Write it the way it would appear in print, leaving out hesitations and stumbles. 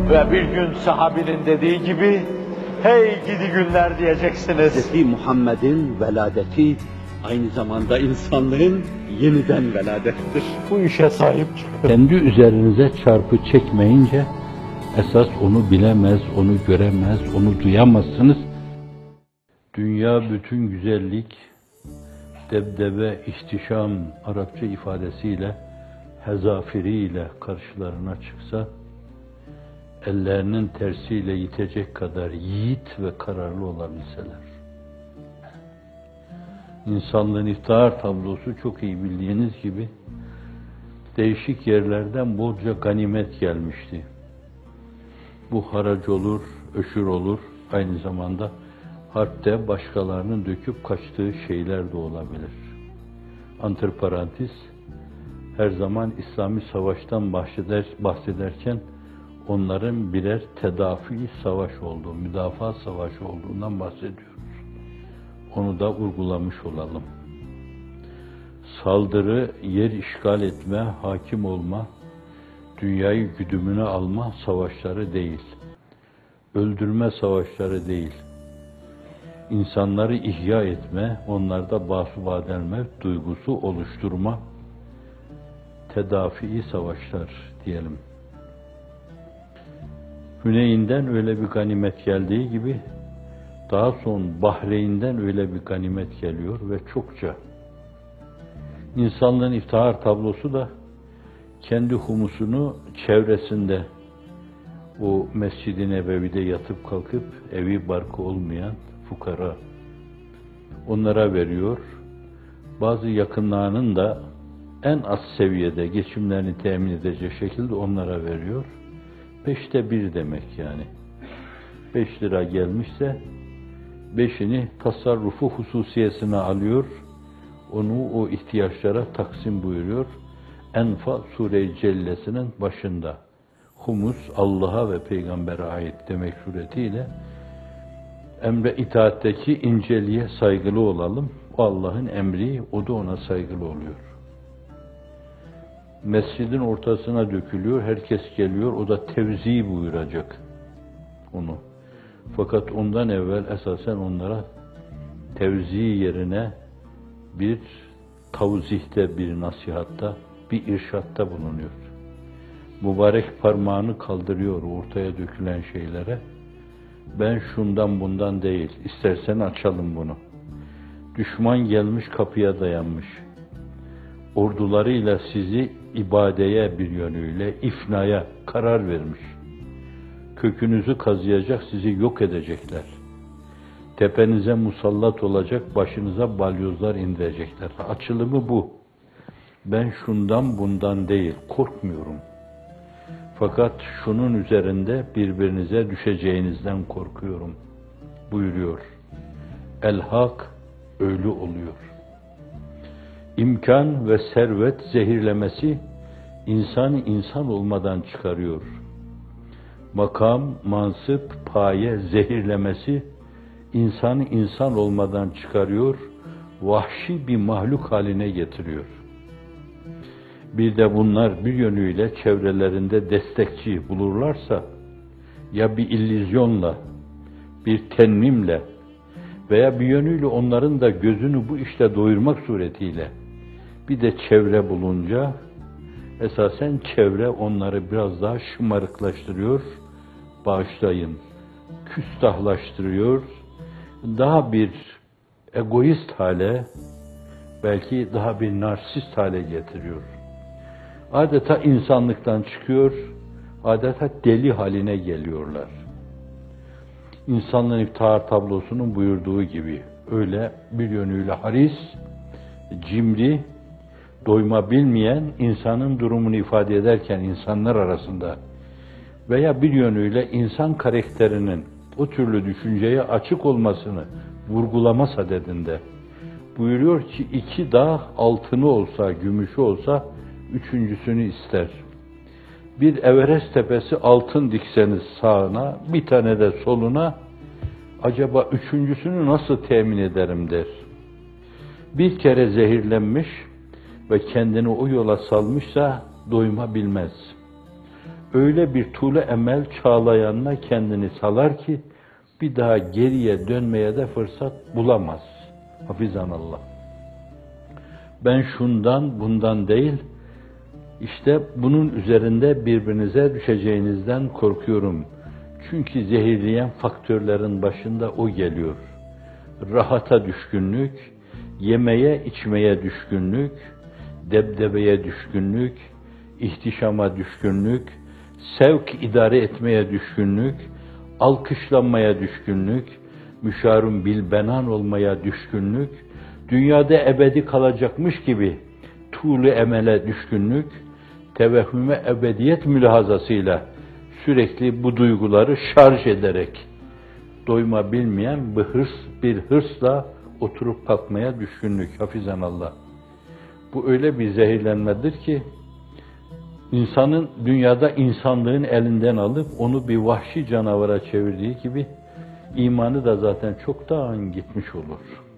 Ve bir gün sahabinin dediği gibi, hey gidi günler diyeceksiniz. Hz. Muhammed'in veladeti aynı zamanda insanlığın yeniden veladettir. Bu işe sahip çıkın. Kendi üzerinize çarpı çekmeyince, esas onu bilemez, onu göremez, onu duyamazsınız. Dünya bütün güzellik, debdebe, ihtişam, Arapça ifadesiyle, hezafiriyle karşılarına çıksa, ellerinin tersiyle yitecek kadar yiğit ve kararlı olabilseler. İnsanlığın iftihar tablosu çok iyi bildiğiniz gibi, değişik yerlerden bolca ganimet gelmişti. Bu harac olur, öşür olur, aynı zamanda harpte başkalarının döküp kaçtığı şeyler de olabilir. Antiparantez, her zaman İslami savaştan bahsederken onların birer tedafi savaş olduğu, müdafaa savaşı olduğundan bahsediyoruz. Onu da vurgulamış olalım. Saldırı, yer işgal etme, hakim olma, dünyayı güdümüne alma savaşları değil. Öldürme savaşları değil. İnsanları ihya etme, onlarda basubaden mevt duygusu oluşturma, tedafi savaşlar diyelim. Hüneyn'den öyle bir ganimet geldiği gibi, daha son Bahreyn'den öyle bir ganimet geliyor ve çokça. İnsanlığın iftihar tablosu da kendi humusunu çevresinde, o Mescid-i Nebevi'de yatıp kalkıp evi barkı olmayan fukara, onlara veriyor. Bazı yakınlarının da en az seviyede geçimlerini temin edecek şekilde onlara veriyor. 5'te 1 demek yani. 5 lira gelmişse 5'ini tasarrufu hususiyesine alıyor. Onu o ihtiyaçlara taksim buyuruyor. Enfal Sure-i Cellesi'nin başında. Humus Allah'a ve Peygamber'e ait demek suretiyle emre itaatteki inceliğe saygılı olalım. O Allah'ın emri, o da ona saygılı oluyor. Mescidin ortasına dökülüyor, herkes geliyor, o da tevzi buyuracak onu. Fakat ondan evvel esasen onlara tevzi yerine bir tavzihte, bir nasihatta, bir irşatta bulunuyor. Mübarek parmağını kaldırıyor ortaya dökülen şeylere. Ben şundan bundan değil, istersen açalım bunu. Düşman gelmiş kapıya dayanmış. Ordularıyla sizi ibadeye bir yönüyle, ifnaya karar vermiş. Kökünüzü kazıyacak, sizi yok edecekler. Tepenize musallat olacak, başınıza balyozlar indirecekler. Açılımı bu. Ben şundan bundan değil, korkmuyorum. Fakat şunun üzerinde birbirinize düşeceğinizden korkuyorum buyuruyor. El-Hak ölü oluyor. İmkan ve servet zehirlemesi insanı insan olmadan çıkarıyor. Makam, mansıp, paye zehirlemesi insanı insan olmadan çıkarıyor, vahşi bir mahluk haline getiriyor. Bir de bunlar bir yönüyle çevrelerinde destekçi bulurlarsa, ya bir illüzyonla, bir tenmimle veya bir yönüyle onların da gözünü bu işle doyurmak suretiyle bir de çevre bulunca, esasen çevre onları biraz daha şımarıklaştırıyor, bağışlayın, küstahlaştırıyor, daha bir egoist hale, belki daha bir narsist hale getiriyor. Adeta insanlıktan çıkıyor, adeta deli haline geliyorlar. İnsanlığın iftihar tablosunun buyurduğu gibi, öyle bir yönüyle haris, cimri, doyma bilmeyen insanın durumunu ifade ederken insanlar arasında veya bir yönüyle insan karakterinin o türlü düşünceye açık olmasını vurgulama sadedinde buyuruyor ki 2 dağ altını olsa, gümüşü olsa 3.'sünü ister. Bir Everest tepesi altın dikseniz sağına, bir tane de soluna, acaba 3.'sünü nasıl temin ederim der. Bir kere zehirlenmiş ve kendini o yola salmışsa doyma bilmez. öyle bir tuğle emel çağlayanına kendini salar ki bir daha geriye dönmeye de fırsat bulamaz. Hafizanallah. Ben şundan bundan değil, işte bunun üzerinde birbirinize düşeceğinizden korkuyorum. Çünkü zehirleyen faktörlerin başında o geliyor. Rahata düşkünlük, yemeye içmeye düşkünlük, debdebeye düşkünlük, ihtişama düşkünlük, sevk idare etmeye düşkünlük, alkışlanmaya düşkünlük, müşarun bilbenan olmaya düşkünlük, dünyada ebedi kalacakmış gibi tuğlu emele düşkünlük, tevehhüme ebediyet mülahazasıyla sürekli bu duyguları şarj ederek doyma bilmeyen bir hırsla oturup kalkmaya düşkünlük. Hafizanallah. Bu öyle bir zehirlenmedir ki insanın dünyada insanlığın elinden alıp onu bir vahşi canavara çevirdiği gibi imanı da zaten çoktan gitmiş olur.